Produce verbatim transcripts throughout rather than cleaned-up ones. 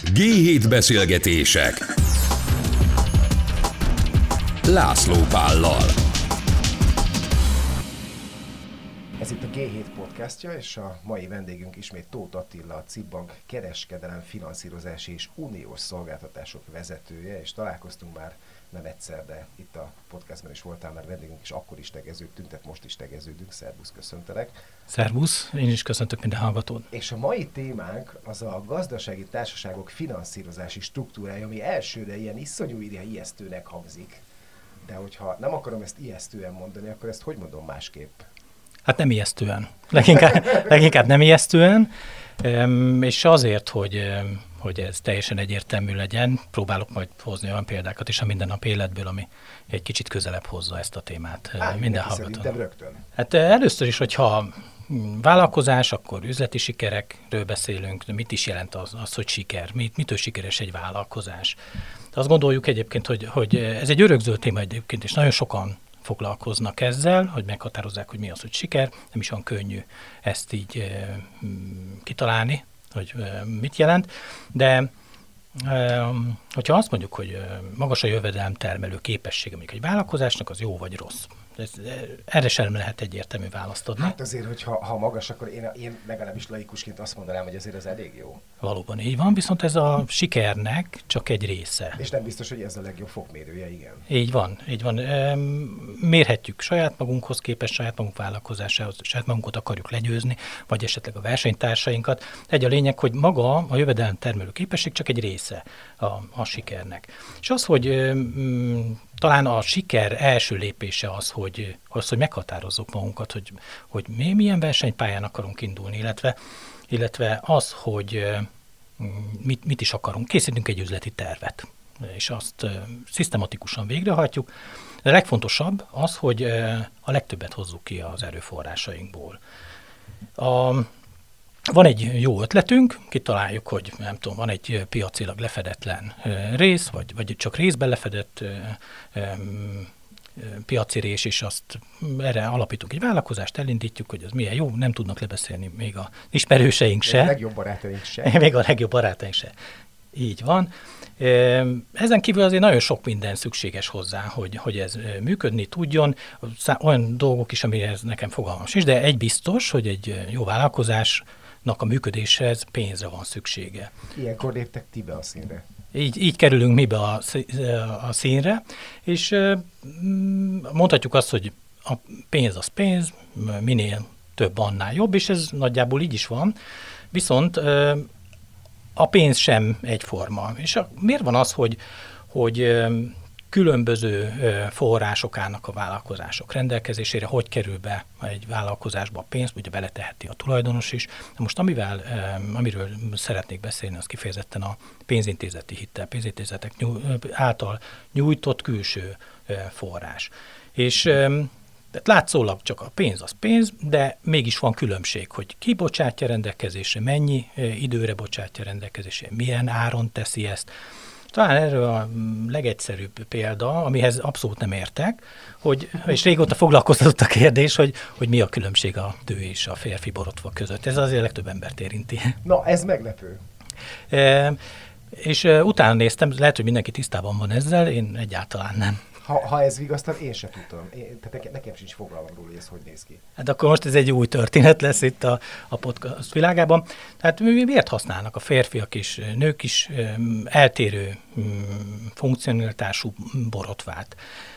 gé hét beszélgetések László Pállal. Ez itt a gé hét podcastja, és a mai vendégünk ismét Tóth Attila, a cé i bé Bank kereskedelem, finanszírozási és uniós szolgáltatások vezetője, és találkoztunk már nem egyszer, de itt a podcastban is voltál már vendégünk, és akkor is tegeződtünk, tehát most is tegeződünk. Szervusz, köszöntelek. Szervusz, én is köszöntök minden hallgatót. És a mai témánk az a gazdasági társaságok finanszírozási struktúrája, ami elsőre ilyen iszonyú ijesztőnek hangzik. De hogyha nem akarom ezt ijesztően mondani, akkor ezt hogy mondom másképp? Hát nem ijesztően. Leginkább, leginkább nem ijesztően, és azért, hogy, hogy ez teljesen egyértelmű legyen, próbálok majd hozni olyan példákat is a mindennapi életből, ami egy kicsit közelebb hozza ezt a témát Á, minden hallgatónak. Rögtön. Hát először is, hogyha vállalkozás, akkor üzleti sikerekről beszélünk, de mit is jelent az, az hogy siker, mit, mitől sikeres egy vállalkozás. De azt gondoljuk egyébként, hogy, hogy ez egy örökzöld téma egyébként, és nagyon sokan foglalkoznak ezzel, hogy meghatározzák, hogy mi az, hogy siker. Nem is olyan könnyű ezt így e, kitalálni, hogy e, mit jelent, de e, hogyha azt mondjuk, hogy magas a jövedelem termelő képessége mondjuk egy vállalkozásnak, az jó vagy rossz. Ez, erre sem lehet egyértelmű választ adni. Hát azért, hogyha ha magas, akkor én, én legalábbis laikusként azt mondanám, hogy azért ez elég jó. Valóban így van, viszont ez a sikernek csak egy része. És nem biztos, hogy ez a legjobb fokmérője, igen. Így van, így van. Mérhetjük saját magunkhoz képest, saját magunk vállalkozásához, saját magunkat akarjuk legyőzni, vagy esetleg a versenytársainkat. Egy a lényeg, hogy maga a jövedelem termelő képesség csak egy része a, a sikernek. És az, hogy mm, talán a siker első lépése az, hogy, az, hogy meghatározzuk magunkat, hogy, hogy mi milyen versenypályán akarunk indulni, illetve, illetve az, hogy mit, mit is akarunk. Készítünk egy üzleti tervet, és azt szisztematikusan végrehajtjuk. De a legfontosabb az, hogy a legtöbbet hozzuk ki az erőforrásainkból. A, Van egy jó ötletünk, kitaláljuk, hogy nem tudom, van egy piacilag lefedetlen rész, vagy, vagy csak részben lefedett piaci rész, és azt erre alapítunk egy vállalkozást, elindítjuk, hogy ez milyen jó, nem tudnak lebeszélni még a ismerőseink se. Még a legjobb barátaink se. Még a legjobb barátaink se. Így van. Ezen kívül azért nagyon sok minden szükséges hozzá, hogy, hogy ez működni tudjon. Olyan dolgok is, amihez nekem fogalmam sincs, de egy biztos, hogy egy jó vállalkozás a működéshez pénzre van szüksége. Ilyenkor léptek ti be a színre. Így, így kerülünk mi be a, a színre, és mondhatjuk azt, hogy a pénz az pénz, minél több, annál jobb, és ez nagyjából így is van. Viszont a pénz sem egyforma. És a, miért van az, hogy, hogy különböző források állnak a vállalkozások rendelkezésére, hogy kerül be egy vállalkozásba a pénz, ugye beleteheti a tulajdonos is. Most amivel, amiről szeretnék beszélni, az kifejezetten a pénzintézeti hitel, pénzintézetek által nyújtott külső forrás. És tehát látszólag csak a pénz az pénz, de mégis van különbség, hogy ki bocsátja rendelkezésre, mennyi időre bocsátja rendelkezésre, milyen áron teszi ezt. Talán erről a legegyszerűbb példa, amihez abszolút nem értek, hogy, és régóta foglalkoztatott a kérdés, hogy, hogy mi a különbség a nő és a férfi borotva között. Ez azért legtöbb embert érinti. Na, ez meglepő. E, és e, utána néztem, lehet, hogy mindenki tisztában van ezzel, én egyáltalán nem. Ha, ha ez vigasztal, én sem tudom. Én, tehát nekem, nekem sincs fogalmam róla, hogy ez hogy néz ki. Hát akkor most ez egy új történet lesz itt a, a podcast világában. Tehát miért használnak a férfiak és nők is um, eltérő um, funkcionalitású borotvát?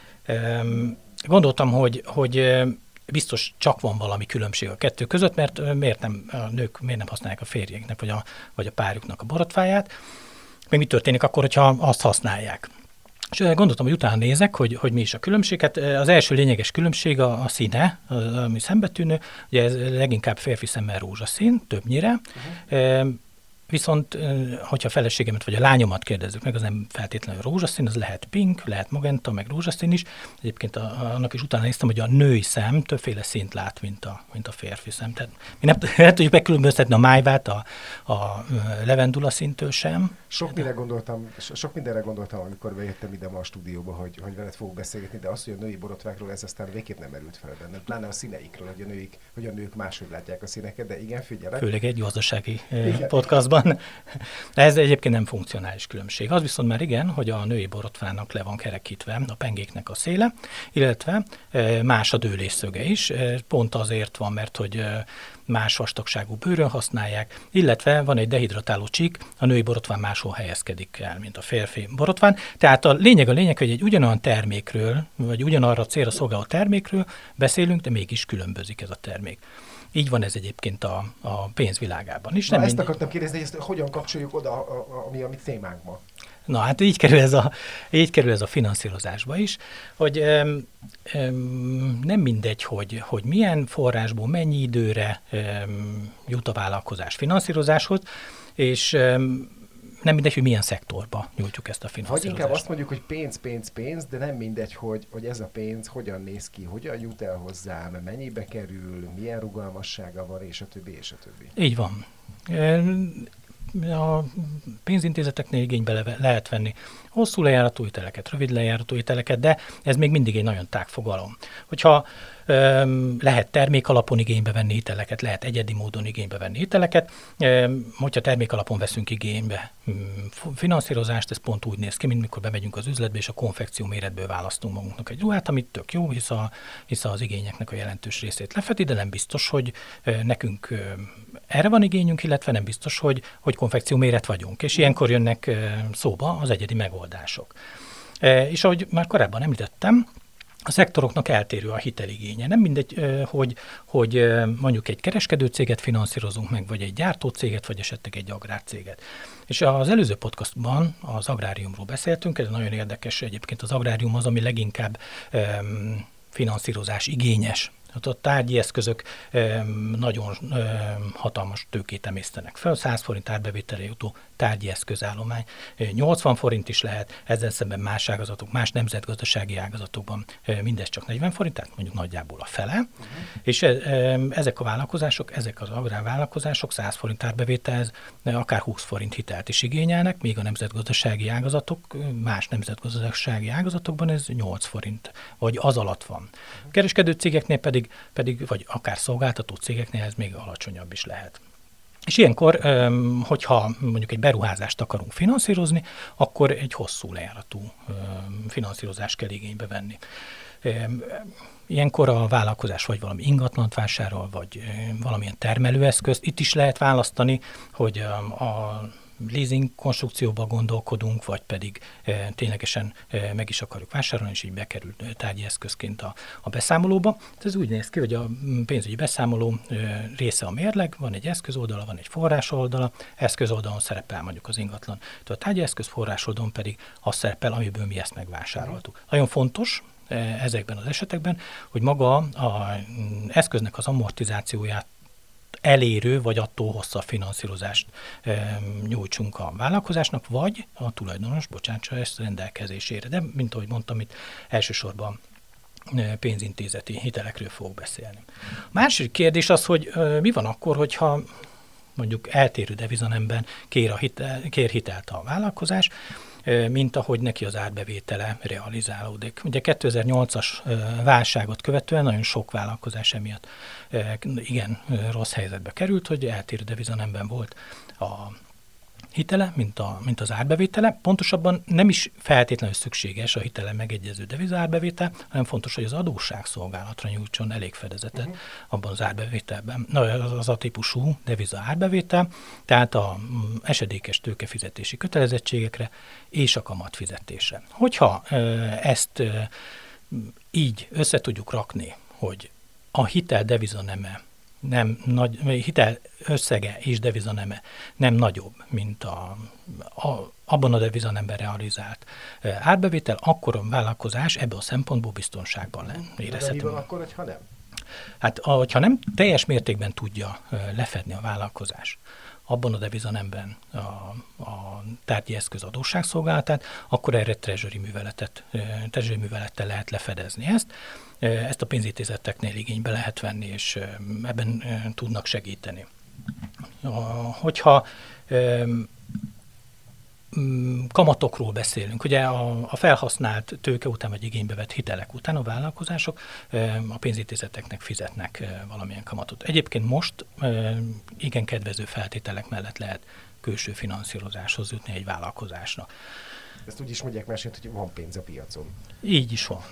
Um, gondoltam, hogy, hogy biztos csak van valami különbség a kettő között, mert miért nem, a nők miért nem használják a férjeknek vagy a, vagy a párjuknak a borotváját? Még mi történik akkor, hogyha azt használják? És gondoltam, hogy utána nézek, hogy, hogy mi is a különbség. Hát az első lényeges különbség a, a színe, ami szembetűnő. Ugye ez leginkább férfi szemmel rózsaszín, többnyire. Uh-huh. Viszont, hogyha a feleségemet vagy a lányomat kérdezzük meg, az nem feltétlenül rózsaszín, az lehet pink, lehet magenta, meg rózsaszín is. Egyébként a, annak is utána néztem, hogy a női szem többféle színt lát, mint a, mint a férfi szem. Tehát mi nem, nem tudjuk megkülönböztetni a májvát a, a levendula színtől sem. Sok mindenre gondoltam, sok mindenre gondoltam, amikor bejöttem ide ma a stúdióba, hogy, hogy veled fogok beszélgetni, de az, hogy a női borotvákról ez aztán végképp nem merült fel benne. Pláne a színeikről, hogy a, nőik, hogy a nők máshogy látják a színeket, de igen, figyelek. Főleg egy gazdasági igen. podcastban. van. Ez egyébként nem funkcionális különbség. Az viszont már igen, hogy a női borotvánnak le van kerekítve a pengéknek a széle, illetve más a dőlésszöge is. Pont azért van, mert hogy más vastagságú bőrön használják, illetve van egy dehidratáló csík, a női borotván máshol helyezkedik el, mint a férfi borotván. Tehát a lényeg a lényeg, hogy egy ugyanolyan termékről, vagy ugyanarra a célra szolgáló termékről beszélünk, de mégis különbözik ez a termék. Így van ez egyébként a, a pénzvilágában is. Na, nem ezt mindegy. akartam kérdezni, hogy ezt hogyan kapcsoljuk oda, a, a, ami a mi témánk ma. Na hát így kerül ez a, így kerül ez a finanszírozásba is, hogy öm, öm, nem mindegy, hogy, hogy milyen forrásból, mennyi időre öm, jut a vállalkozás finanszírozáshoz, és öm, nem mindegy, hogy milyen szektorba nyújtjuk ezt a Vagy finanszírozást. inkább azt mondjuk, hogy pénz, pénz, pénz, de nem mindegy, hogy, hogy ez a pénz hogyan néz ki, hogyan jut el hozzám, mennyibe kerül, milyen rugalmassága van, és a többi, és a többi. Így van. A pénzintézeteknél igénybe le- lehet venni hosszú lejáratú hiteleket, rövid lejáratú hiteleket, de ez még mindig egy nagyon tág fogalom. Hogyha öm, lehet termék alapon igénybe venni hiteleket, lehet egyedi módon igénybe venni hiteleket, öm, hogyha termék alapon veszünk igénybe öm, finanszírozást, ez pont úgy néz ki, mint mikor bemegyünk az üzletbe, és a konfekció méretből választunk magunknak egy ruhát, amit tök jó, hisz, a, hisz az igényeknek a jelentős részét lefedi, de nem biztos, hogy ö, nekünk ö, erre van igényünk, illetve nem biztos, hogy, hogy konfekció méret vagyunk, és ilyenkor jönnek ö, szóba az egyedi megoldások. E, és ahogy már korábban említettem, a szektoroknak eltérő a hiteligénye. Nem mindegy, hogy, hogy mondjuk egy kereskedőcéget finanszírozunk meg, vagy egy gyártócéget, vagy esetleg egy agrárcéget. És az előző podcastban az agráriumról beszéltünk, ez nagyon érdekes, egyébként az agrárium az, ami leginkább um, finanszírozás igényes. A tárgyi eszközök um, nagyon um, hatalmas tőkét emésztenek fel, száz forint árbevételre jutó tárgyi eszközállomány. nyolcvan forint is lehet, ezzel szemben más ágazatok, más nemzetgazdasági ágazatokban mindez csak negyven forint, tehát mondjuk nagyjából a fele. Uh-huh. És e, e, ezek a vállalkozások, ezek az agrárvállalkozások száz forint árbevételhez akár húsz forint hitelt is igényelnek, míg a nemzetgazdasági ágazatok, más nemzetgazdasági ágazatokban ez nyolc forint, vagy az alatt van. Uh-huh. Kereskedő cégeknél pedig, pedig, vagy akár szolgáltató cégeknél ez még alacsonyabb is lehet. És ilyenkor, hogyha mondjuk egy beruházást akarunk finanszírozni, akkor egy hosszú lejáratú finanszírozást kell igénybe venni. Ilyenkor a vállalkozás vagy valami ingatlant vásárol, vagy valamilyen termelőeszközt. Itt is lehet választani, hogy a leasing konstrukcióba gondolkodunk, vagy pedig e, ténylegesen e, meg is akarjuk vásárolni, és így bekerül tárgyi eszközként a, a beszámolóba. Ez úgy néz ki, hogy a pénzügyi beszámoló e, része a mérleg, van egy eszközoldala, van egy forrásoldala, eszközoldalon szerepel mondjuk az ingatlan. A tárgyi eszköz forrásoldalon pedig az szerepel, amiből mi ezt megvásároltuk. Mm. Nagyon fontos e, ezekben az esetekben, hogy maga az eszköznek az amortizációját elérő, vagy attól hosszabb finanszírozást e, nyújtsunk a vállalkozásnak, vagy a tulajdonos bocsátsa ezt rendelkezésére. De, mint ahogy mondtam, itt elsősorban e, pénzintézeti hitelekről fogok beszélni. A második kérdés az, hogy e, mi van akkor, hogyha mondjuk eltérő devizanemben kér, a hitel, kér hitelt a vállalkozás, mint ahogy neki az árbevétele realizálódik. Ugye kétezer-nyolcas válságot követően nagyon sok vállalkozás emiatt igen rossz helyzetbe került, hogy eltérő devizanemben volt a hitele, mint, a, mint az árbevétele. Pontosabban nem is feltétlenül szükséges a hitele megegyező devizaárbevétel, hanem fontos, hogy az adósságszolgálatra nyújtson elég fedezetet uh-huh. abban az árbevételben. Na, az, az a típusú deviza árbevétel, tehát a mm, esedékes tőkefizetési kötelezettségekre és a kamatfizetésre. Hogyha e, ezt e, így össze tudjuk rakni, hogy a hitel devizaneme nem nagy, hitel összege és devizaneme nem nagyobb, mint a, a, abban a devizanemben realizált árbevétel, akkor a vállalkozás ebből a szempontból biztonságban érezhető. De mi van akkor, hogyha nem? Hát, hogyha nem teljes mértékben tudja lefedni a vállalkozás abban a devizanemben a, a tárgyi eszköz adósságszolgálatát, akkor erre treasury műveletet, treasury művelettel lehet lefedezni ezt. Ezt a pénzintézeteknél igénybe lehet venni, és ebben tudnak segíteni. Hogyha kamatokról beszélünk, ugye a, a felhasznált tőke után, vagy igénybe vett hitelek után a vállalkozások a pénzintézeteknek fizetnek valamilyen kamatot. Egyébként most igen kedvező feltételek mellett lehet külső finanszírozáshoz jutni egy vállalkozásnak. Ezt úgy is mondják másként, hogy van pénz a piacon. Így is van.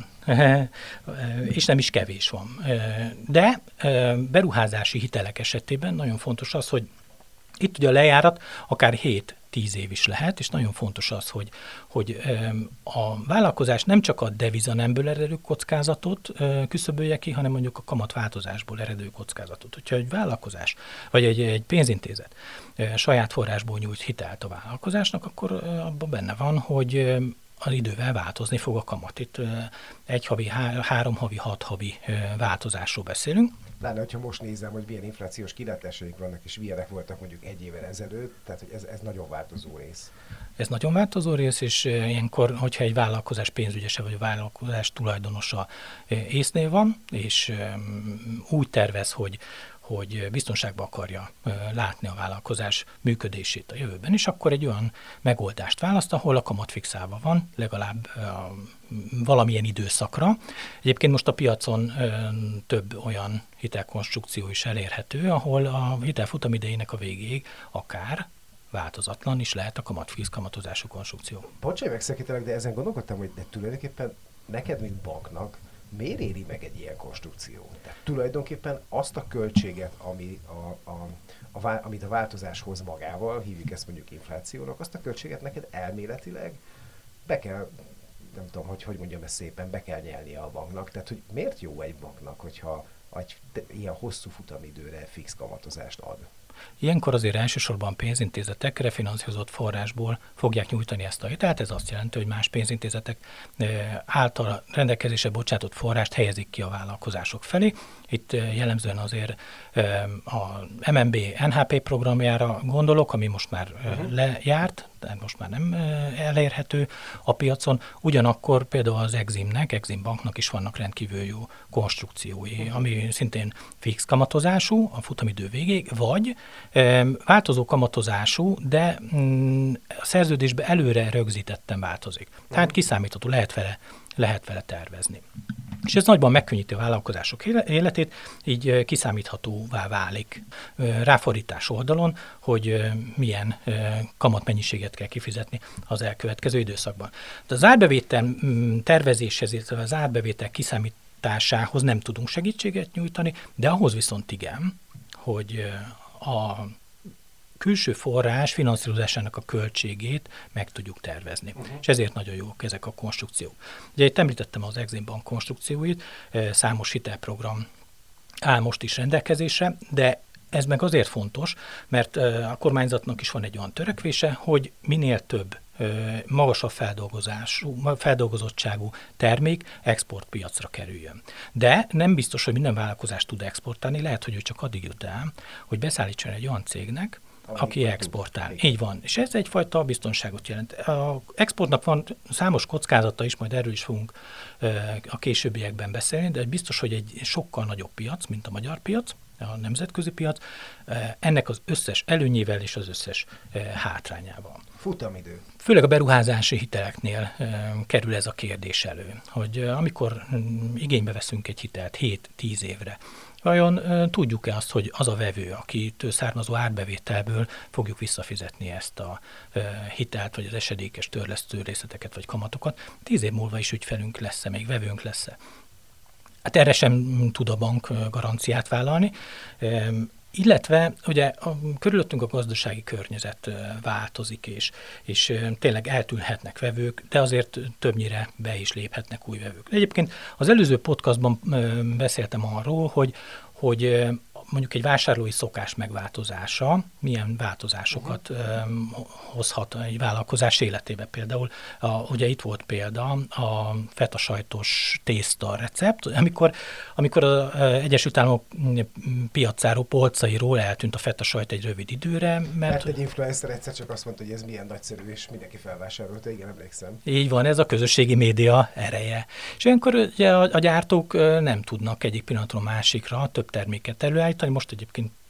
És nem is kevés van. De beruházási hitelek esetében nagyon fontos az, hogy itt ugye a lejárat akár hét-tíz év is lehet, és nagyon fontos az, hogy, hogy a vállalkozás nem csak a devizanemből eredő kockázatot küszöbölje ki, hanem mondjuk a kamatváltozásból eredő kockázatot. Hogyha egy vállalkozás, vagy egy, egy pénzintézet saját forrásból nyújt hitelt a vállalkozásnak, akkor abban benne van, hogy az idővel változni fog a kamat. Itt egy havi, há, három havi, hat havi változásról beszélünk. Pláne, hogyha most nézem, hogy milyen inflációs kilátásaink vannak, és milyenek voltak mondjuk egy évvel ezelőtt, tehát hogy ez, ez nagyon változó rész. Ez nagyon változó rész, és ilyenkor, hogyha egy vállalkozás pénzügyese vagy a vállalkozás tulajdonosa észnél van, és úgy tervez, hogy hogy biztonságban akarja látni a vállalkozás működését a jövőben is, akkor egy olyan megoldást választ, ahol a kamat fixálva van, legalább valamilyen időszakra. Egyébként most a piacon több olyan hitelkonstrukció is elérhető, ahol a hitel futamidejének a végéig akár változatlan is lehet a kamatfix kamatozású konstrukció. Bocsánat, megszakítanak, de ezen gondolkodtam, hogy de tulajdonképpen neked, mint banknak, miért éri meg egy ilyen konstrukció? Tehát tulajdonképpen azt a költséget, ami a, a, a, a, amit a változás hoz magával, hívjuk ezt mondjuk inflációnak, azt a költséget neked elméletileg be kell, nem tudom, hogy hogy mondjam ezt szépen, be kell nyelnie a banknak. Tehát, hogy miért jó egy banknak, hogyha egy ilyen hosszú futamidőre fix kamatozást ad? Ilyenkor azért elsősorban pénzintézetek refinanszírozott forrásból fogják nyújtani ezt a hitelt. Ez azt jelenti, hogy más pénzintézetek által rendelkezésre bocsátott forrást helyezik ki a vállalkozások felé. Itt jellemzően azért a em en bé en há pé programjára gondolok, ami most már uh-huh. lejárt, de most már nem elérhető a piacon. Ugyanakkor például az Eximnek, Exim Banknak is vannak rendkívül jó konstrukciói, uh-huh. ami szintén fix kamatozású a futamidő végéig, vagy e, változó kamatozású, de mm, a szerződésbe előre rögzítetten változik. Uh-huh. Tehát kiszámítható, lehet vele, lehet vele tervezni. És ez nagyban megkönnyíti a vállalkozások életét, így kiszámíthatóvá válik ráfordítás oldalon, hogy milyen kamatmennyiséget kell kifizetni az elkövetkező időszakban. De az árbevétel tervezéshez, illetve az árbevétel kiszámításához nem tudunk segítséget nyújtani, de ahhoz viszont igen, hogy a külső forrás finanszírozásának a költségét meg tudjuk tervezni. Uh-huh. És ezért nagyon jók ezek a konstrukciók. Ugye itt említettem az Exim Bank konstrukcióit, számos hitelprogram áll most is rendelkezésre, de ez meg azért fontos, mert a kormányzatnak is van egy olyan törekvése, hogy minél több magasabb feldolgozású, feldolgozottságú termék exportpiacra kerüljön. De nem biztos, hogy minden vállalkozás tud exportálni, lehet, hogy ő csak addig jut el, hogy beszállítson egy olyan cégnek, aki exportál. Így van. És ez egyfajta biztonságot jelent. Az exportnak van számos kockázata is, majd erről is fogunk a későbbiekben beszélni, de biztos, hogy egy sokkal nagyobb piac, mint a magyar piac, a nemzetközi piac, ennek az összes előnyével és az összes hátrányával. Futamidő. Főleg a beruházási hiteleknél e, kerül ez a kérdés elő, hogy e, amikor m, igénybe veszünk egy hitelt hét-tíz évre, vajon e, tudjuk-e azt, hogy az a vevő, akitől származó árbevételből fogjuk visszafizetni ezt a e, hitelt, vagy az esedékes törlesztő részleteket, vagy kamatokat, tíz év múlva is ügyfelünk lesz-e, még vevőnk lesz-e. Hát erre sem tud a bank garanciát vállalni, e, illetve ugye a, körülöttünk a gazdasági környezet változik, és, és tényleg eltűnhetnek vevők, de azért többnyire be is léphetnek új vevők. Egyébként az előző podcastban beszéltem arról, hogy, hogy mondjuk egy vásárlói szokás megváltozása milyen változásokat uh-huh. hozhat egy vállalkozás életébe. Például a, ugye itt volt példa a fetasajtos tészta recept, amikor, amikor az Egyesült Államok piacáról, polcairól eltűnt a fetasajt egy rövid időre. Mert, mert egy influencer egyszer csak azt mondta, hogy ez milyen nagyszerű, és mindenki felvásárolta, igen, emlékszem. Így van, ez a közösségi média ereje. És ilyenkor ugye a, a gyártók nem tudnak egyik pillanatról másikra több terméket előállítani. Most egyébként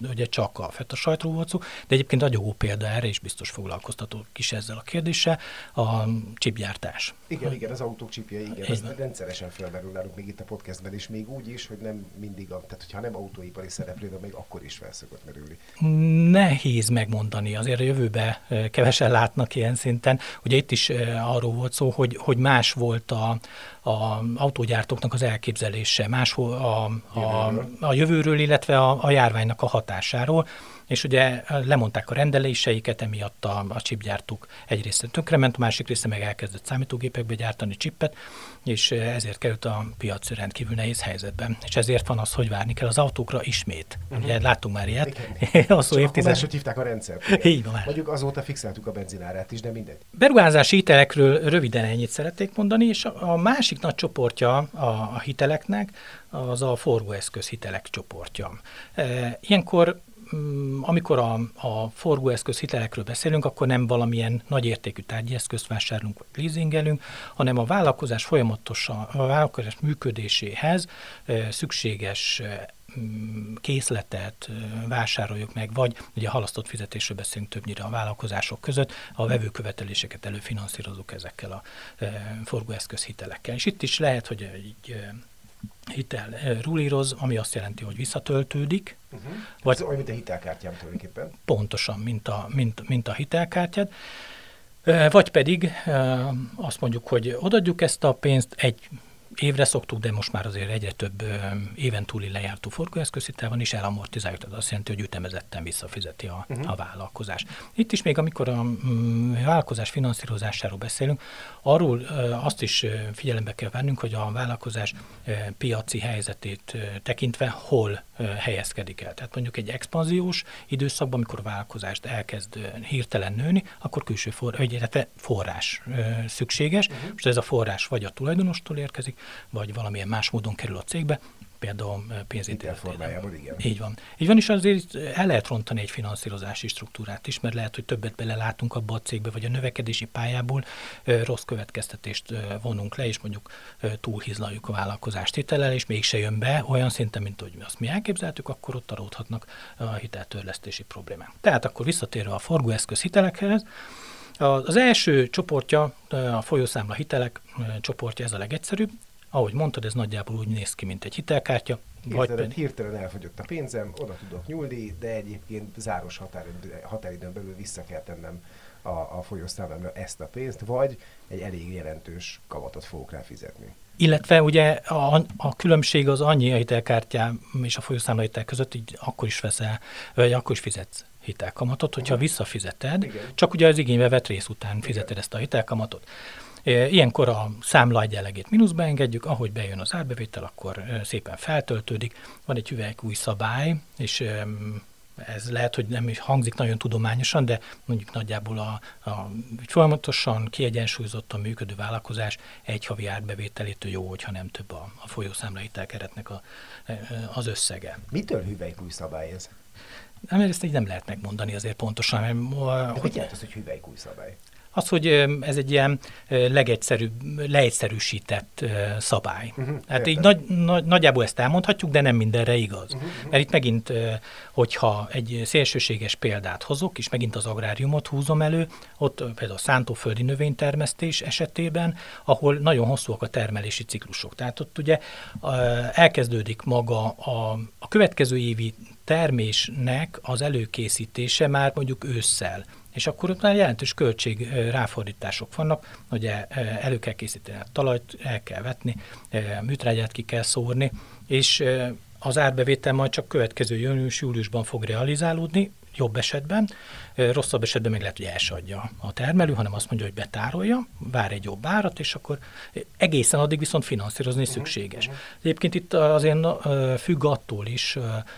ugye csak a feta sajtról volt szó, de egyébként nagyon jó példa erre, és biztos foglalkoztatók is ezzel a kérdéssel, a csipgyártás. Igen, igen, az autók csipjei, igen, ez rendszeresen felmerül nálunk még itt a podcastben, és még úgy is, hogy nem mindig, a, tehát hogyha nem autóipari szereplő, de még akkor is fel szokott merülni. Nehéz megmondani, azért a jövőben kevesen látnak ilyen szinten. Ugye itt is arról volt szó, hogy, hogy más volt a, a autógyártóknak az elképzelése, más a, a, a jövőről, illetve a, a járványnak a hatásáról, és ugye lemondták a rendeléseiket, emiatt a, a chipgyártók egy része tönkrement, a másik része meg elkezdett számítógépekbe gyártani chipet, és ezért került a piac rendkívül nehéz helyzetben. És ezért van az, hogy várni kell az autókra ismét. Uh-huh. Ugye láttunk már ilyet. Hosszú évtized. Máshogy hívták a rendszert. Így van. Mondjuk azóta fixáltuk a benzinárát is, de mindegy. Beruházási hitelekről röviden ennyit szeretnék mondani, és a másik nagy csoportja a, a hiteleknek az a forgóeszköz hitelek csoportja. Ilyenkor amikor a, a forgóeszköz hitelekről beszélünk, akkor nem valamilyen nagyértékű tárgyi eszközt vásárolunk, vagy leasingelünk, hanem a vállalkozás folyamatosan, a vállalkozás működéséhez e, szükséges e, készletet e, vásároljuk meg, vagy ugye halasztott fizetésről beszélünk többnyire a vállalkozások között, a vevőköveteléseket előfinanszírozunk ezekkel a e, forgóeszköz hitelekkel. És itt is lehet, hogy így e, hitel rulíroz, ami azt jelenti, hogy visszatöltődik. Uh-huh. Vagy ez olyan, mint a hitelkártyám tulajdonképpen. Pontosan, mint a, mint, mint a hitelkártyád. Vagy pedig azt mondjuk, hogy odaadjuk ezt a pénzt, egy évre szoktuk, de most már azért egyre több éven túli lejártó forgóeszközhitel van, és elamortizáljuk, tehát azt jelenti, hogy ütemezetten visszafizeti a, uh-huh. a vállalkozás. Itt is még, amikor a mm, vállalkozás finanszírozásáról beszélünk, arról azt is figyelembe kell vennünk, hogy a vállalkozás piaci helyzetét tekintve hol helyezkedik el. Tehát mondjuk egy expanziós időszakban, amikor a vállalkozást elkezd hirtelen nőni, akkor külső for, illetve forrás szükséges. Uh-huh. Most ez a forrás vagy a tulajdonostól érkezik, vagy valamilyen más módon kerül a cégbe, például pénzintézet formájában, igen. Így van. Így van, és azért el lehet rontani egy finanszírozási struktúrát is, mert lehet, hogy többet belelátunk abba a cégbe, vagy a növekedési pályából ö, rossz következtetést ö, vonunk le, és mondjuk ö, túlhizlaljuk a vállalkozást hitellel, és mégse jön be olyan szinten, mint hogy azt mi elképzeltük, akkor ott adódhatnak a hiteltörlesztési problémák. Tehát akkor visszatérve a forgóeszköz hitelekhez, az első csoportja, a folyószámla hitelek csoportja, ez a legegyszerűbb. Ahogy mondtad, ez nagyjából úgy néz ki, mint egy hitelkártya. Hirtelen, vagy pedig... hirtelen elfogyott a pénzem, oda tudok nyúlni, de egyébként záros határidőn belül vissza kell tennem a, a folyószámlámra ezt a pénzt, vagy egy elég jelentős kamatot fogok rá fizetni. Illetve ugye a, a különbség az annyi a hitelkártyám és a folyószámla hitel között, így akkor is veszel, vagy akkor is fizetsz hitelkamatot, hogyha uh-huh. visszafizeted, igen. Csak ugye az igénybe vett rész után fizeted igen. ezt a hitelkamatot. Ilyenkor a számla egyenlegét mínuszba engedjük, ahogy bejön az árbevétel, akkor szépen feltöltődik. Van egy hüvelykúj szabály, és ez lehet, hogy nem is hangzik nagyon tudományosan, de mondjuk nagyjából a, a folyamatosan kiegyensúlyozottan működő vállalkozás egy havi árbevételétől jó, hogyha nem több a, a folyószámla hitelkeretnek a, az összege. Mitől hüvelykúj szabály ez? Nem, ezt így nem lehet megmondani azért pontosan. Mert, hogy jelent az, hogy hüvelykúj szabály? Az, hogy ez egy ilyen legegyszerűbb, leegyszerűsített szabály. Uh-huh, hát így nagy, nagy, nagyjából ezt elmondhatjuk, de nem mindenre igaz. Uh-huh, uh-huh. Mert itt megint, hogyha egy szélsőséges példát hozok, és megint az agráriumot húzom elő, ott például a szántóföldi növénytermesztés esetében, ahol nagyon hosszúak a termelési ciklusok. Tehát ott ugye elkezdődik maga a, a következő évi termésnek az előkészítése már mondjuk ősszel. És akkor ott már jelentős költség ráfordítások vannak, ugye elő kell készíteni a talajt, el kell vetni, műtrágyát ki kell szórni, és az árbevétel majd csak következő június-júliusban fog realizálódni, jobb esetben, rosszabb esetben meg lehet, hogy el se adja a termelő, hanem azt mondja, hogy betárolja, vár egy jobb árat, és akkor egészen addig viszont finanszírozni uh-huh, szükséges. Uh-huh. Egyébként itt azért függ attól is,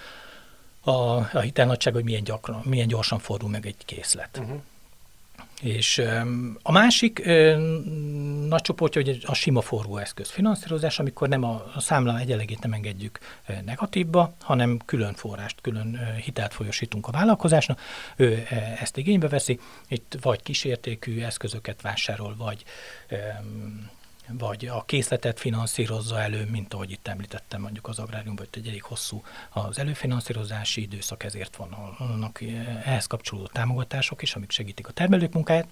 a, a hitelnagyság, hogy milyen, gyakran, milyen gyorsan fordul meg egy készlet. Uh-huh. És um, a másik um, nagy csoportja, hogy a sima forgóeszköz finanszírozás, amikor nem a, a számla egyenlegét nem engedjük uh, negatívba, hanem külön forrást, külön uh, hitelt folyosítunk a vállalkozásnak, ő uh, ezt igénybe veszi, itt vagy kísértékű eszközöket vásárol, vagy um, vagy a készletet finanszírozza elő, mint ahogy itt említettem, mondjuk az agráriumban, hogy egy elég hosszú az előfinanszírozási időszak, ezért vannak ehhez kapcsolódó támogatások is, amik segítik a termelők munkáját,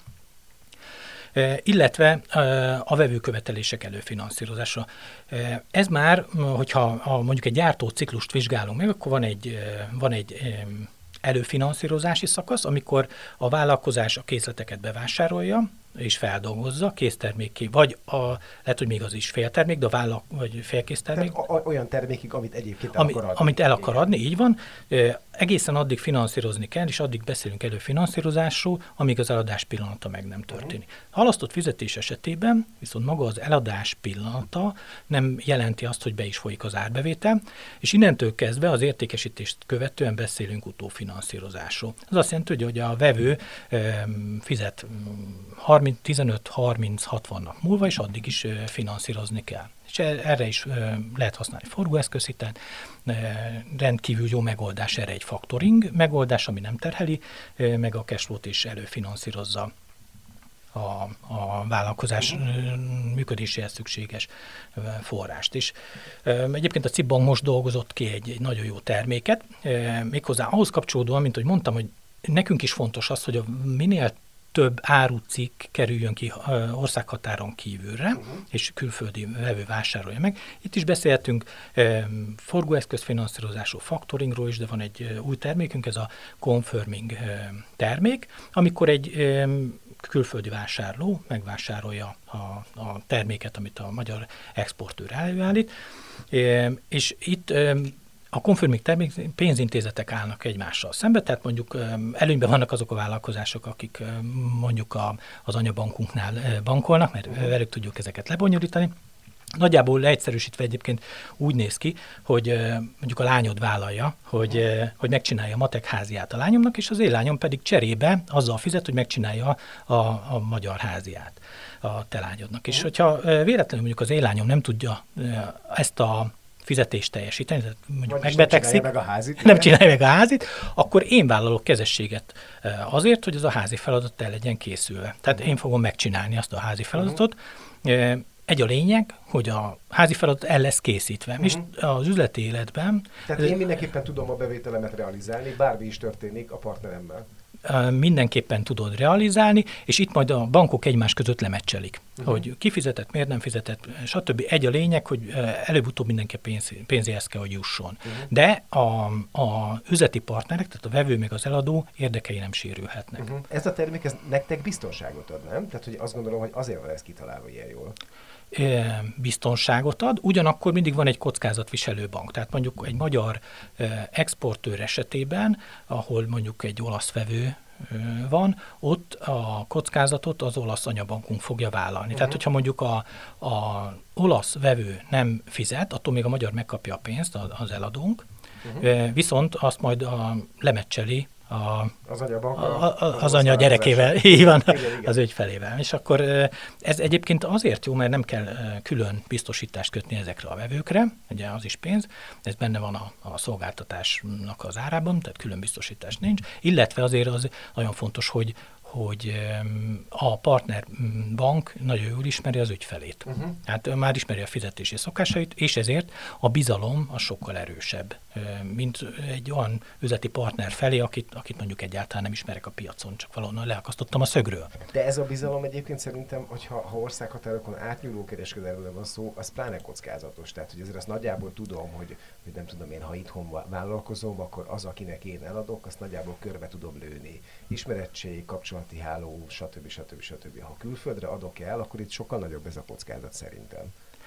illetve a vevőkövetelések előfinanszírozása. Ez már, hogyha mondjuk egy gyártóciklust vizsgálunk meg, akkor van egy, van egy előfinanszírozási szakasz, amikor a vállalkozás a készleteket bevásárolja, és feldolgozza késztermékké, vagy a, lehet, hogy még az is féltermék, de a vállal, vagy félkésztermék. Tehát olyan termékig, amit egyébként el ami, akar adni. Amit el akar adni, így van. E, egészen addig finanszírozni kell, és addig beszélünk előfinanszírozásról, amíg az eladás pillanata meg nem történik. Uh-huh. Halasztott fizetés esetében viszont maga az eladás pillanata nem jelenti azt, hogy be is folyik az árbevétel, és innentől kezdve az értékesítést követően beszélünk utófinanszírozásról. Ez azt jelenti, hogy a vevő e, fizet tizenöt harminc hatvan nap múlva, és addig is finanszírozni kell. És erre is lehet használni forgóeszközhitelt, rendkívül jó megoldás erre egy factoring megoldás, ami nem terheli, meg a cashflow-t is előfinanszírozza a, a vállalkozás működéséhez szükséges forrást is. Egyébként a cé i bé Bank most dolgozott ki egy, egy nagyon jó terméket, méghozzá ahhoz kapcsolódóan, mint hogy mondtam, hogy nekünk is fontos az, hogy a minél több árucikk kerüljön ki országhatáron kívülre, uh-huh. és külföldi vevő vásárolja meg. Itt is beszéltünk e, forgóeszközfinanszírozásról, factoringról is, de van egy e, új termékünk, ez a confirming e, termék, amikor egy e, külföldi vásárló megvásárolja a, a terméket, amit a magyar exportőr előállít, e, és itt e, a confirming termék pénzintézetek állnak egymással szembe, tehát mondjuk előnyben vannak azok a vállalkozások, akik mondjuk a, az anyabankunknál bankolnak, mert velük tudjuk ezeket lebonyolítani. Nagyjából leegyszerűsítve egyébként úgy néz ki, hogy mondjuk a lányod vállalja, hogy, hogy megcsinálja a matek háziát a lányomnak, és az én lányom pedig cserébe azzal fizet, hogy megcsinálja a, a magyar háziát a te lányodnak. És hogyha véletlenül mondjuk az én lányom nem tudja ezt a fizetést teljesíteni, tehát mondjuk Vagyis megbetegszik, nem csinálja meg a házit, nem csinálja meg a házit, akkor én vállalok kezességet azért, hogy az a házi feladat el legyen készülve. Tehát uh-huh. én fogom megcsinálni azt a házi feladatot. Uh-huh. Egy a lényeg, hogy a házi feladat el lesz készítve. Uh-huh. És az üzleti életben... Tehát én mindenképpen tudom a bevételemet realizálni, bármi is történik a partneremmel. Mindenképpen tudod realizálni, és itt majd a bankok egymás között lemecselik, uh-huh. hogy ki fizetett, miért nem fizetett, stb. Egy a lényeg, hogy előbb-utóbb mindenki pénz, pénzéhez kell, hogy jusson. Uh-huh. De a, a üzleti partnerek, tehát a vevő meg az eladó érdekei nem sérülhetnek. Uh-huh. Ez a termék, ez nektek biztonságot ad, nem? Tehát hogy azt gondolom, hogy azért van ez kitalálva ilyen jól. Biztonságot ad, ugyanakkor mindig van egy kockázatviselő bank. Tehát mondjuk egy magyar exportőr esetében, ahol mondjuk egy olasz vevő van, ott a kockázatot az olasz anyabankunk fogja vállalni. Uh-huh. Tehát, hogyha mondjuk a, a olasz vevő nem fizet, attól még a magyar megkapja a pénzt, az eladónk, uh-huh. viszont azt majd a lemeccseli A, az anya, banka, a, a, az anya gyerekével, így van, igen, igen. az ügyfelével. És akkor ez egyébként azért jó, mert nem kell külön biztosítást kötni ezekre a vevőkre, ugye az is pénz, ez benne van a, a szolgáltatásnak az árában, tehát külön biztosítás nincs, illetve azért az nagyon fontos, hogy hogy a partnerbank nagyon jól ismeri az ügyfelét. Uh-huh. Hát már ismeri a fizetési szokásait, és ezért a bizalom az sokkal erősebb, mint egy olyan üzleti partner felé, akit, akit mondjuk egyáltalán nem ismerek a piacon, csak valahonnan leakasztottam a szögről. De ez a bizalom egyébként szerintem, hogyha ha országhatárokon átnyúló kereskedelemről van szó, az pláne kockázatos. Tehát, hogy ezért azt nagyjából tudom, hogy, hogy nem tudom én, ha itthon vállalkozom, akkor az, akinek én eladok, azt nagyjából körbe tudom lőni. Ismerettség, kapcsolati háló, stb. stb. stb. Ha külföldre adok el, akkor itt sokkal nagyobb ez a kockázat szerintem.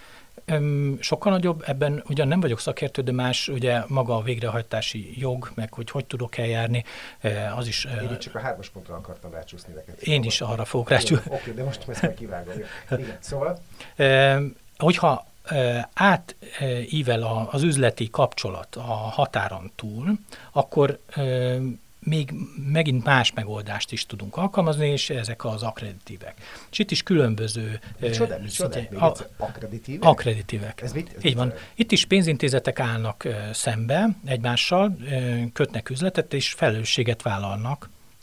Öm, sokkal nagyobb, ebben ugyan nem vagyok szakértő, de más ugye maga a végrehajtási jog, meg hogy hogy tudok eljárni, az is... Én itt csak a hármas pontra akartam rácsúszni neked. Én is arra fogok rácsúszni. Oké, de most ezt meg kivágom. Igen, szóval? Öm, hogyha átível az üzleti kapcsolat a határon túl, akkor még megint más megoldást is tudunk alkalmazni, és ezek az akkreditívek. És itt is különböző... Micsoda? Micsoda? Akkreditívek? Akkreditívek. Ez mit? Ez Így van. Itt is pénzintézetek állnak szembe egymással, kötnek üzletet, és felelősséget vállalnak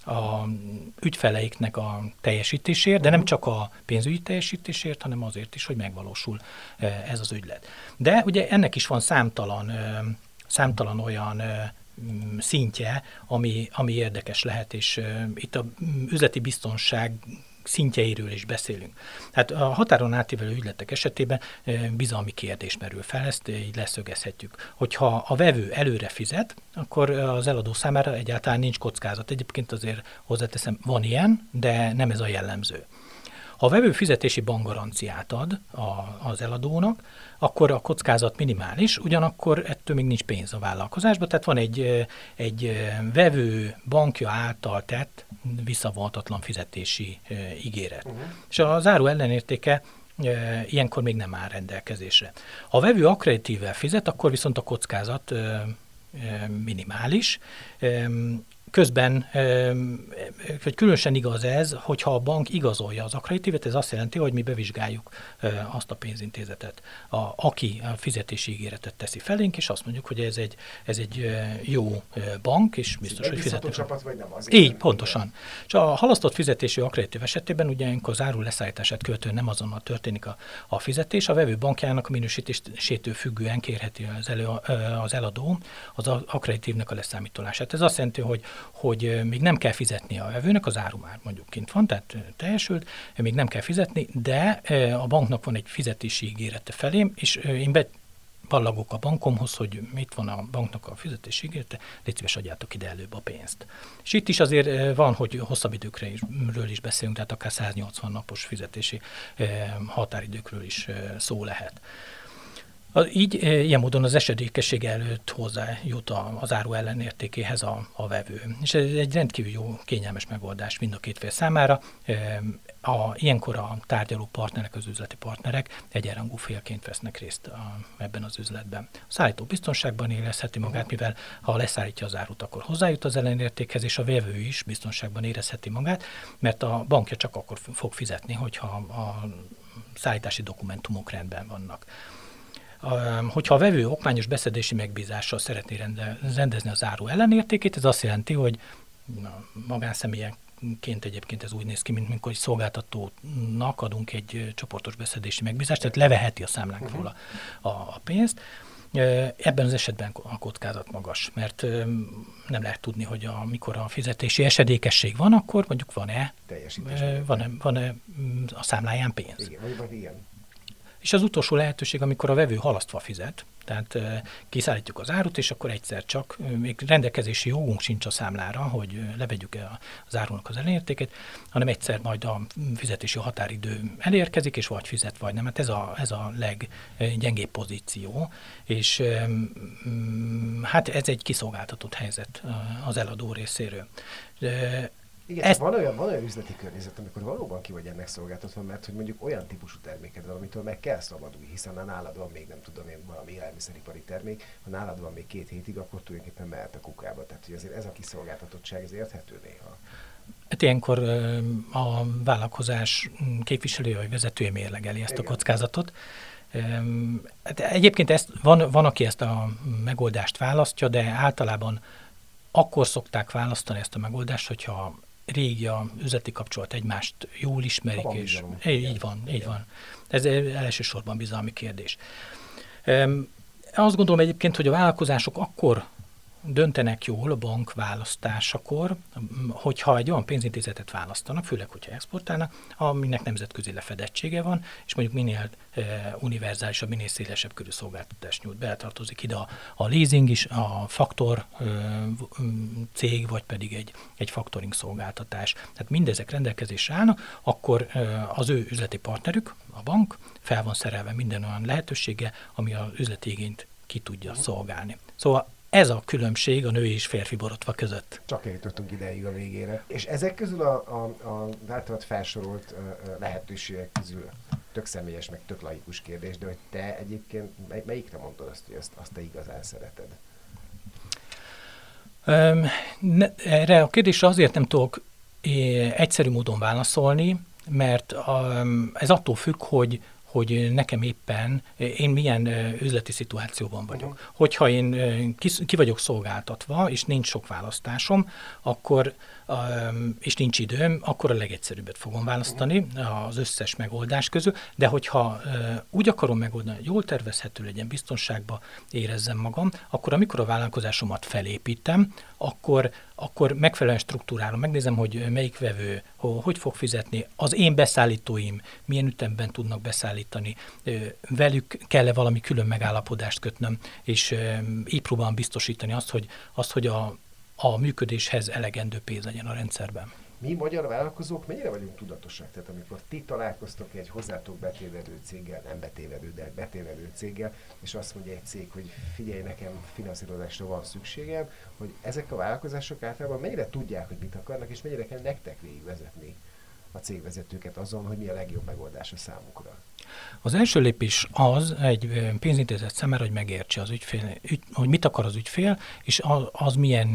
a ügyfeleiknek a teljesítésért, de nem csak a pénzügyi teljesítésért, hanem azért is, hogy megvalósul ez az ügylet. De ugye ennek is van számtalan, számtalan olyan szintje, ami, ami érdekes lehet, és itt a üzleti biztonság szintjeiről is beszélünk. Hát a határon átívelő ügyletek esetében bizalmi kérdés merül fel, ezt így leszögezhetjük. Hogyha a vevő előre fizet, akkor az eladó számára egyáltalán nincs kockázat. Egyébként azért hozzáteszem, van ilyen, de nem ez a jellemző. Ha a vevő fizetési bankgaranciát ad a, az eladónak, akkor a kockázat minimális, ugyanakkor ettől még nincs pénz a vállalkozásban, tehát van egy, egy vevő bankja által tett visszavonhatatlan fizetési ígéret. Uh-huh. És az áru ellenértéke e, ilyenkor még nem áll rendelkezésre. Ha a vevő akkreditívvel fizet, akkor viszont a kockázat e, e, minimális. E, Közben, vagy különösen igaz ez, hogyha a bank igazolja az akkreditívet, ez azt jelenti, hogy mi bevizsgáljuk azt a pénzintézetet, a, aki a fizetési ígéretet teszi felénk, és azt mondjuk, hogy ez egy, ez egy jó bank, és biztos, hogy fizetünk. Csapat, vagy nem az? Így, pontosan. És a halasztott fizetési akkreditív esetében ugye ilyenkor az áru leszállítását követően nem azonnal történik a, a fizetés, a vevő bankjának a minősítésétől függően kérheti az, elő, az eladó az akkreditívnek a leszámítolását. Ez azt jelenti, hogy hogy még nem kell fizetni a vevőnek, az áru már mondjuk kint van, tehát teljesült, még nem kell fizetni, de a banknak van egy fizetési ígérete felém, és én bevallagok a bankomhoz, hogy mit van a banknak a fizetési ígérete, légy szíves, adjátok ide előbb a pénzt. És itt is azért van, hogy hosszabb időkre is, ről is beszélünk, tehát akár száznyolcvan napos fizetési határidőkről is szó lehet. Így ilyen módon az esedékesség előtt hozzájut az áru ellenértékéhez a, a vevő. És ez egy rendkívül jó, kényelmes megoldás mind a két fél számára. A, ilyenkor a tárgyaló partnerek, az üzleti partnerek egyenrangú félként vesznek részt a, ebben az üzletben. A szállító biztonságban érezheti magát, mivel ha leszállítja az árut, akkor hozzájut az ellenértékhez, és a vevő is biztonságban érezheti magát, mert a bankja csak akkor fog fizetni, hogyha a szállítási dokumentumok rendben vannak. Hogyha a vevő okmányos beszedési megbízással szeretné rendezni az áru ellenértékét, ez azt jelenti, hogy magánszemélyenként egyébként ez úgy néz ki, mint amikor egy szolgáltatónak adunk egy csoportos beszedési megbízást, tehát leveheti a számlánkról a, a pénzt. Ebben az esetben a kockázat magas, mert nem lehet tudni, hogy amikor a fizetési esedékesség van, akkor mondjuk van-e, van-e, van-e a számláján pénz. Igen, vagy igen. És az utolsó lehetőség, amikor a vevő halasztva fizet, tehát e, kiszállítjuk az árut, és akkor egyszer csak, még rendelkezési jogunk sincs a számlára, hogy levegyük az árunak az ellenértékét, hanem egyszer majd a fizetési határidő elérkezik, és vagy fizet, vagy nem. Hát ez a, ez a leggyengébb pozíció, és e, hát ez egy kiszolgáltatott helyzet az eladó részéről. E, Igen, ezt... van, olyan, van olyan üzleti környezet, amikor valóban ki vagy ennek szolgáltatva, mert hogy mondjuk olyan típusú terméked van, amitől meg kell szabadulni, hiszen ha nálad van még, nem tudom én, valami élelmiszeripari termék, ha nálad van még két hétig, akkor tulajdonképpen mehet a kukába. Tehát, hogy azért ez a kiszolgáltatottság, ez érthető néha. Hát ilyenkor a vállalkozás képviselője vagy vezetője mérlegeli ezt Igen. a kockázatot. Egyébként ezt, van, van, aki ezt a megoldást választja, de általában akkor szokták választani ezt a megoldást, hogyha régi a üzleti kapcsolat, egymást jól ismerik, van és bizalom. így Igen. van, így Igen. van. Ez elsősorban bizalmi kérdés. Azt gondolom egyébként, hogy a vállalkozások akkor döntenek jól a bank választásakor, hogyha egy olyan pénzintézetet választanak, főleg, hogyha exportálnak, aminek nemzetközi lefedettsége van, és mondjuk minél e, univerzálisabb, minél szélesebb körű szolgáltatást nyújt. Beletartozik ide a, a leasing is, a faktor e, cég, vagy pedig egy, egy faktoring szolgáltatás. Tehát mindezek rendelkezésre állnak, akkor e, az ő üzleti partnerük, a bank fel van szerelve minden olyan lehetősége, ami az üzleti igényt ki tudja szolgálni. Szóval ez a különbség a női és férfi borotva között. Csak eljutottunk ideig a végére. És ezek közül a, a, a általad felsorolt uh, lehetőségek közül tök személyes, meg tök laikus kérdés, de hogy te egyébként mely, melyikre mondod azt, hogy azt, azt te igazán szereted? Um, ne, erre a kérdésre azért nem tudok é, egyszerű módon válaszolni, mert um, ez attól függ, hogy hogy nekem éppen, én milyen üzleti szituációban vagyok. Hogyha én ki, ki vagyok szolgáltatva, és nincs sok választásom, akkor, és nincs időm, akkor a legegyszerűbbet fogom választani az összes megoldás közül, de hogyha úgy akarom megoldani, hogy jól tervezhető legyen, biztonságban érezzem magam, akkor amikor a vállalkozásomat felépítem, akkor, akkor megfelelően struktúrálom, megnézem, hogy melyik vevő hogy fog fizetni, az én beszállítóim milyen ütemben tudnak beszállítani, velük kell-e valami külön megállapodást kötnöm, és így próbálom biztosítani azt, hogy, azt, hogy a, a működéshez elegendő pénz legyen a rendszerben. Mi magyar vállalkozók mennyire vagyunk tudatosak? Tehát amikor ti találkoztok egy hozzátok betévedő céggel, nem betévedő, de betévedő céggel, és azt mondja egy cég, hogy figyelj, nekem finanszírozásra van szükségem, hogy ezek a vállalkozások általában mennyire tudják, hogy mit akarnak, és mennyire kell nektek végigvezetni a cégvezetőket azon, hogy mi a legjobb megoldás a számukra? Az első lépés az egy pénzintézet számára, hogy megértse az ügyfél, ügy, hogy mit akar az ügyfél, és az, az milyen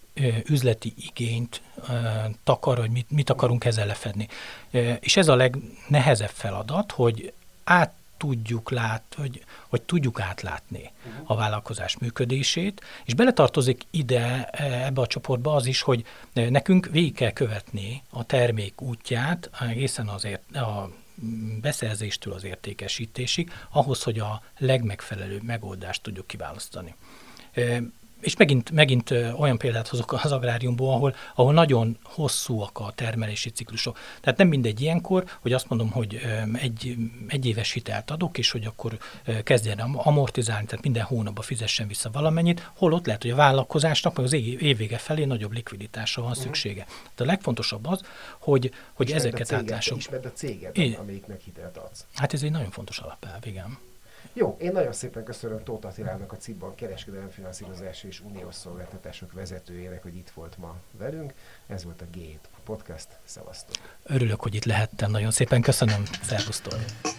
üzleti igényt uh, takar, hogy mit, mit akarunk ezzel lefedni. Uh, és ez a legnehezebb feladat, hogy át tudjuk lát, hogy, hogy tudjuk átlátni uh-huh. a vállalkozás működését, és beletartozik ide, ebbe a csoportba az is, hogy nekünk végig kell követni a termék útját egészen azért a beszerzéstől az értékesítésig, ahhoz, hogy a legmegfelelőbb megoldást tudjuk kiválasztani. Uh, És megint, megint olyan példát hozok az agráriumból, ahol, ahol nagyon hosszúak a termelési ciklusok. Tehát nem mindegy ilyenkor, hogy azt mondom, hogy egy, egy éves hitelt adok, és hogy akkor kezdjen amortizálni, tehát minden hónapban fizessen vissza valamennyit, holott lehet, hogy a vállalkozásnak meg az év vége felé nagyobb likviditásra van szüksége. Tehát a legfontosabb az, hogy, hogy ezeket átlássuk. Ismerd a céged, amelyiknek hitelt adsz. Hát ez egy nagyon fontos alapelv, igen. Jó, én nagyon szépen köszönöm Tóth Attilának, a Cibbank kereskedelem, finanszírozási és uniós szolgáltatások vezetőjének, hogy itt volt ma velünk. Ez volt a gé hét Podcast. Szevasztok! Örülök, hogy itt lehettem. Nagyon szépen köszönöm. Szervusztok!